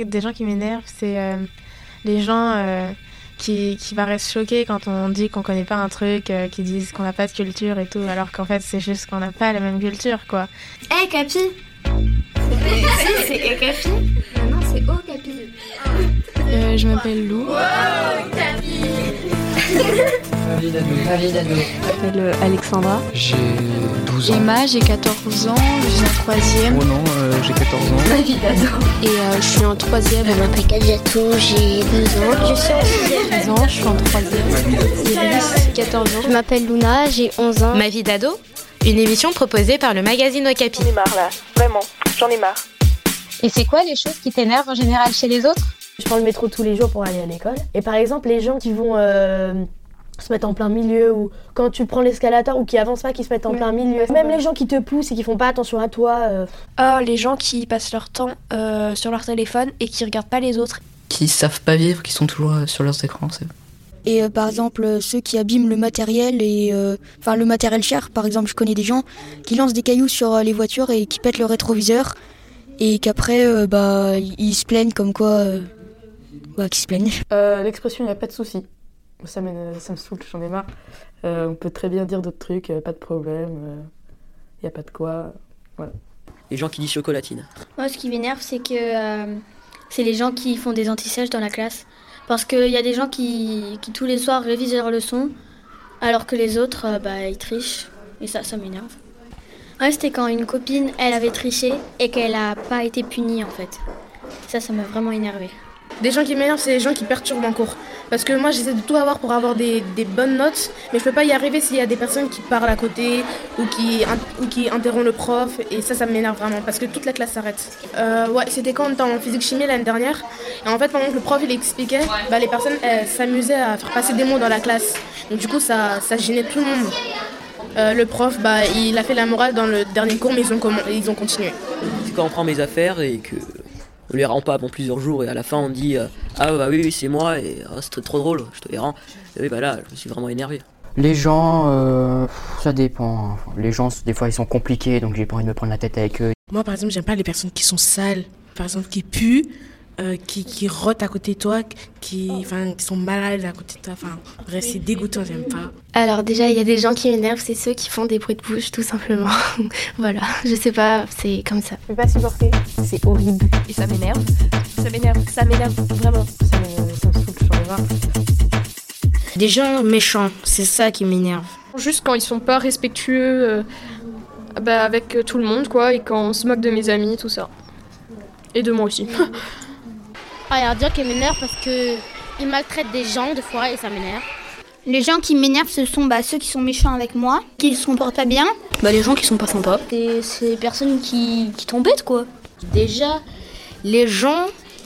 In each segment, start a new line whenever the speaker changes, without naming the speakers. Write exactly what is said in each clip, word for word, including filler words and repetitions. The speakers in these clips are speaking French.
Des gens qui m'énervent, c'est euh, les gens euh, qui, qui paraissent choqués quand on dit qu'on connaît pas un truc, euh, qui disent qu'on n'a pas de culture et tout, alors qu'en fait c'est juste qu'on n'a pas la même culture, quoi.
Hé, hey, Capi. Si, c'est Hé, Capi. Non, non, c'est Oh, Capi.
Euh, je m'appelle Lou.
Wow, Capi.
Ravi d'ado. Ravi d'ado.
Je m'appelle Alexandra.
J'ai douze ans.
Emma, j'ai quatorze ans, je suis en troisième.
Oh non, euh, j'ai quatorze ans.
Ravi d'ado.
Et euh, je suis en troisième.
Je m'appelle Kadiatou, j'ai douze ans.
Je suis en sixième. dix ans, je suis en troisième. J'ai Alice, quatorze ans.
Je m'appelle Luna, j'ai onze ans.
Ma vie d'ado, une émission proposée par le magazine Okapi.
J'en ai marre là, vraiment, j'en ai marre.
Et c'est quoi les choses qui t'énervent en général chez les autres ?
Je prends le métro tous les jours pour aller à l'école. Et par exemple, les gens qui vont euh, se mettre en plein milieu, ou quand tu prends l'escalator, ou qui avancent pas, qui se mettent en ouais. plein milieu. Même les gens qui te poussent et qui font pas attention à toi. Euh...
Oh, les gens qui passent leur temps euh, sur leur téléphone et qui regardent pas les autres.
Qui savent pas vivre, qui sont toujours sur leurs écrans, c'est...
Et euh, par exemple, euh, ceux qui abîment le matériel, et enfin euh, le matériel cher, par exemple, je connais des gens qui lancent des cailloux sur euh, les voitures et qui pètent le rétroviseur, et qu'après, euh, bah, ils se plaignent comme quoi... Euh, bah, qu'ils se plaignent.
Euh, l'expression « il n'y a pas de souci », ça, ça me saoule, j'en ai marre. Euh, on peut très bien dire d'autres trucs, euh, pas de problème, il euh, n'y a pas de quoi, voilà.
Les gens qui disent chocolatine.
Moi, ce qui m'énerve, c'est que euh, c'est les gens qui font des antisèches dans la classe. Parce qu'il y a des gens qui, qui tous les soirs révisent leurs leçons, alors que les autres, euh, bah, ils trichent. Et ça, ça m'énerve. Ouais, c'était quand une copine, elle avait triché et qu'elle n'a pas été punie, en fait. Ça, ça m'a vraiment énervée.
Des gens qui m'énervent, c'est les gens qui perturbent en cours. Parce que moi, j'essaie de tout avoir pour avoir des, des bonnes notes, mais je peux pas y arriver s'il y a des personnes qui parlent à côté ou qui, ou qui interrompent le prof. Et ça, ça m'énerve vraiment, parce que toute la classe s'arrête. Euh, ouais, c'était quand on était en physique-chimie l'année dernière. Et en fait, pendant que le prof il expliquait, bah, les personnes elles, s'amusaient à faire passer des mots dans la classe. Donc du coup, ça, ça gênait tout le monde. Euh, le prof, bah, il a fait la morale dans le dernier cours, mais ils ont, ils ont continué.
C'est quand on prend mes affaires et que... on les rend pas avant plusieurs jours et à la fin on dit euh, ah bah oui, oui c'est moi et oh, c'est trop drôle, je te les rends. Et oui bah là je me suis vraiment énervé.
Les gens, euh, ça dépend. Les gens des fois ils sont compliqués donc j'ai pas envie de me prendre la tête avec eux.
Moi par exemple j'aime pas les personnes qui sont sales, par exemple qui puent, euh, qui, qui rotent à côté de toi, qui, enfin, qui sont malades à côté de toi, enfin bref c'est dégoûtant, j'aime pas.
Alors déjà il y a des gens qui m'énervent, c'est ceux qui font des bruits de bouche tout simplement. Voilà, je sais pas, c'est comme ça.
Je peux pas supporter, c'est horrible.
Et ça m'énerve, ça m'énerve, ça m'énerve vraiment.
Ça me, ça me saoule, j'en ai marre.
Des gens méchants, c'est ça qui m'énerve.
Juste quand ils sont pas respectueux euh, bah, avec tout le monde quoi, et quand on se moque de mes amis, tout ça. Et de moi aussi.
Ah, il y a dire qu'ils m'énervent parce qu'ils maltraitent des gens des fois et ça m'énerve.
Les gens qui m'énervent, ce sont bah, ceux qui sont méchants avec moi, qui se comportent pas bien.
Bah les gens qui sont pas sympas.
C'est ces personnes qui, qui t'embêtent quoi.
Déjà, les gens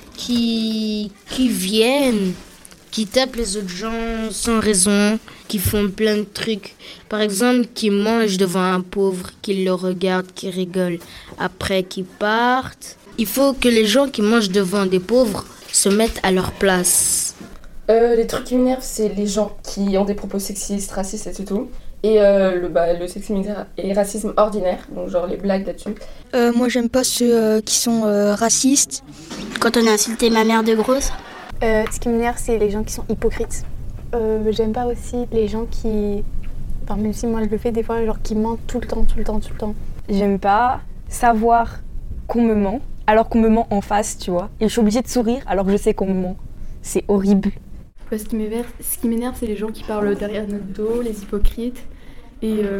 qui, qui viennent, qui tapent les autres gens sans raison, qui font plein de trucs. Par exemple, qui mangent devant un pauvre, qui le regardent, qui rigolent, après qui partent. Il faut que les gens qui mangent devant des pauvres se mettent à leur place.
Euh, les trucs qui m'énervent, c'est les gens qui ont des propos sexistes, racistes et c'est tout. Et euh, le, bah, le sexisme et le racisme ordinaire, donc genre les blagues là-dessus.
Euh, moi j'aime pas ceux euh, qui sont euh, racistes.
Quand on a insulté ma mère de grosse.
Euh, ce qui m'énerve, c'est les gens qui sont hypocrites. Euh, j'aime pas aussi les gens qui... Enfin, même si moi je le fais des fois, genre qui mentent tout le temps, tout le temps, tout le temps.
J'aime pas savoir qu'on me ment, alors qu'on me ment en face, tu vois. Et je suis obligée de sourire alors que je sais qu'on me ment. C'est horrible.
Ouais, ce qui m'énerve, ce qui m'énerve, c'est les gens qui parlent derrière notre dos, les hypocrites, et, euh,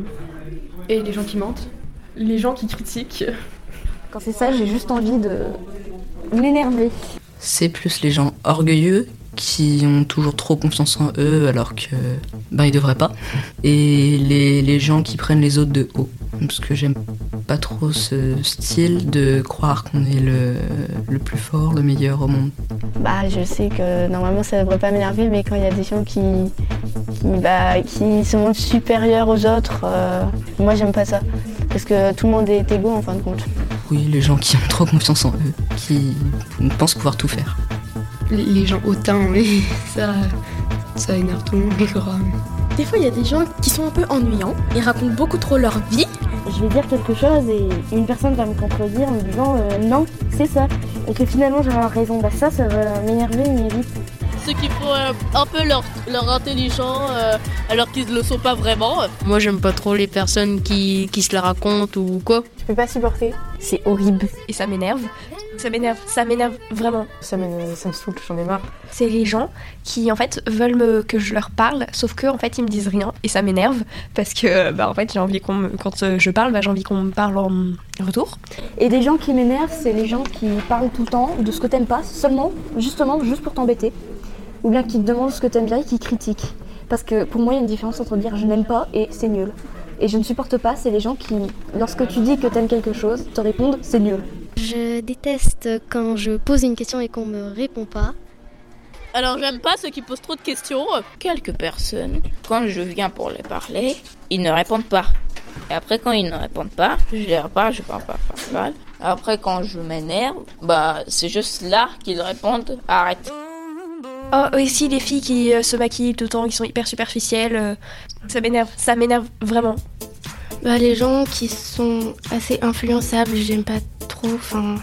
et les gens qui mentent, les gens qui critiquent.
Quand c'est ça, j'ai juste envie de m'énerver.
C'est plus les gens orgueilleux qui ont toujours trop confiance en eux alors que ben ils devraient pas. Et les, les gens qui prennent les autres de haut. Parce que j'aime pas trop ce style de croire qu'on est le, le plus fort, le meilleur au monde.
Bah je sais que normalement ça devrait pas m'énerver, mais quand il y a des gens qui, qui, bah, qui se montrent supérieurs aux autres, euh, moi j'aime pas ça. Parce que tout le monde est égaux en fin de compte.
Oui, les gens qui ont trop confiance en eux, qui pensent pouvoir tout faire.
Les, les gens hautains, oui, ça, ça énerve tout le monde.
Des fois, il y a des gens qui sont un peu ennuyants, ils racontent beaucoup trop leur vie.
Je vais dire quelque chose et une personne va me contredire en me disant euh, non, c'est ça.
et que finalement j'avais raison. Bah ça, ça va m'énerver, mais vite.
Ceux qui font euh, un peu leur, leur intelligent euh, alors qu'ils ne le sont pas vraiment.
Moi j'aime pas trop les personnes qui, qui se la racontent ou quoi.
Je peux pas supporter. C'est horrible. Et ça m'énerve. Ça m'énerve, ça m'énerve vraiment. Ça me, ça me saoule, j'en ai marre. C'est les gens qui en fait veulent me, que je leur parle, sauf que en fait ils me disent rien et ça m'énerve parce que bah en fait j'ai envie qu'on me, quand je parle, bah, j'ai envie qu'on me parle en retour.
Et des gens qui m'énervent, c'est les gens qui parlent tout le temps de ce que t'aimes pas, seulement, justement, juste pour t'embêter. Ou bien qui te demandent ce que t'aimes bien et qui critiquent. Parce que pour moi il y a une différence entre dire je n'aime pas et c'est nul. Et je ne supporte pas, c'est les gens qui, lorsque tu dis que t'aimes quelque chose, te répondent c'est nul.
Je déteste quand je pose une question et qu'on me répond pas.
Alors j'aime pas ceux qui posent trop de questions.
Quelques personnes, quand je viens pour les parler, ils ne répondent pas. Et après quand ils ne répondent pas, je les reparle, je parle, parle, parle, parle. Après quand je m'énerve, bah c'est juste là qu'ils répondent arrête.
Oh, aussi les filles qui euh, se maquillent tout le temps, qui sont hyper superficielles, euh, ça m'énerve, ça m'énerve vraiment.
Bah, les gens qui sont assez influençables, j'aime pas trop, enfin,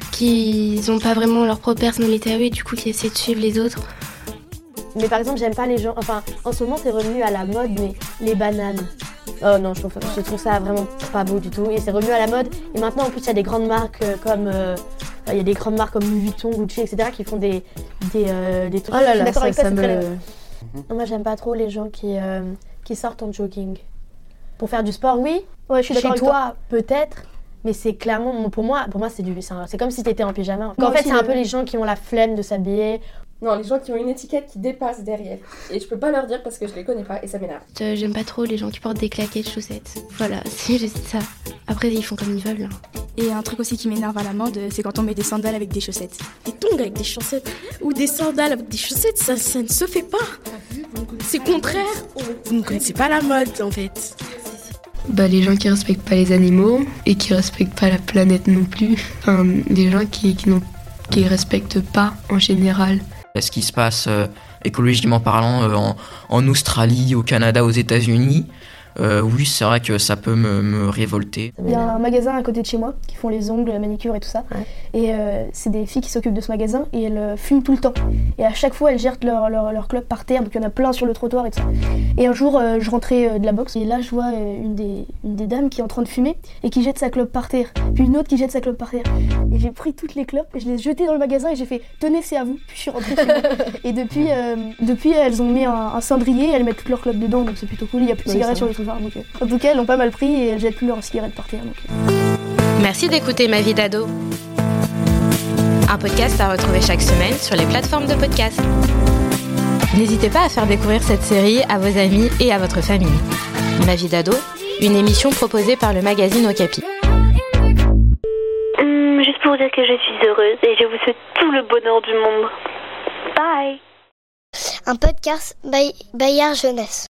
qui n'ont pas vraiment leur propre personnalité à eux et du coup qui essaient de suivre les autres.
Mais par exemple, j'aime pas les gens, enfin, en ce moment c'est revenu à la mode, mais les bananes. Oh non, je trouve, je trouve ça vraiment pas beau du tout. Et c'est revenu à la mode. Et maintenant, en plus, il y a des grandes marques euh, comme... Euh, il y a des grandes marques comme Louis Vuitton, Gucci, et cetera qui font des, des, euh, des trucs.
Oh là là, ça,
avec
ça,
ça
me...
très... Moi, j'aime pas trop les gens qui, euh, qui sortent en jogging. Pour faire du sport, oui. Ouais, je suis d'accord avec toi. Peut-être. Mais c'est clairement... Pour moi, pour moi c'est, du, c'est, un, c'est comme si t'étais en pyjama. En fait, c'est un peu les gens qui ont la flemme de s'habiller.
Non, les gens qui ont une étiquette qui dépasse derrière. Et je peux pas leur dire parce que je les connais pas et ça m'énerve.
Euh, j'aime pas trop les gens qui portent des claquettes chaussettes. Voilà, c'est juste ça. Après, ils font comme ils veulent. Hein.
Et un truc aussi qui m'énerve à la mode, c'est quand on met des sandales avec des chaussettes.
Des tongs avec des chaussettes ou des sandales avec des chaussettes, ça, ça ne se fait pas. C'est contraire. Vous ne connaissez pas la mode en fait.
Bah, les gens qui respectent pas les animaux et qui respectent pas la planète non plus. Enfin, les gens qui, qui, n'ont, qui respectent pas en général.
Ce qui se passe euh, écologiquement parlant euh, en, en Australie, au Canada, aux États-Unis, euh, oui, c'est vrai que ça peut me, me révolter.
Il y a un magasin à côté de chez moi qui font les ongles, la manicure et tout ça. Ouais. Et euh, c'est des filles qui s'occupent de ce magasin et elles euh, fument tout le temps. Et à chaque fois, elles jettent leur, leur, leur clope par terre, donc il y en a plein sur le trottoir et tout ça. Et un jour, euh, je rentrais euh, de la boxe et là, je vois euh, une, des, une des dames qui est en train de fumer et qui jette sa clope par terre. Puis une autre qui jette sa clope par terre. Et j'ai pris toutes les clopes et je les ai jetées dans le magasin et j'ai fait « Tenez, c'est à vous ». Puis je suis rentrée chez moi. Et depuis, euh, depuis, elles ont mis un, un cendrier et elles mettent toutes leurs clopes dedans, donc c'est plutôt cool. Il n'y a plus de oui, cigarettes sur le trottoir. Donc, euh, en tout cas, elles l'ont pas mal pris et elles jettent plus leurs cigarettes par terre. Donc, euh.
Merci d'écouter Ma vie d'ado. Un podcast à retrouver chaque semaine sur les plateformes de podcast. N'hésitez pas à faire découvrir cette série à vos amis et à votre famille. Ma vie d'ado, une émission proposée par le magazine Okapi.
Hum, juste pour dire que je suis heureuse et je vous souhaite tout le bonheur du monde. Bye.
Un podcast Bay- Bayard Jeunesse.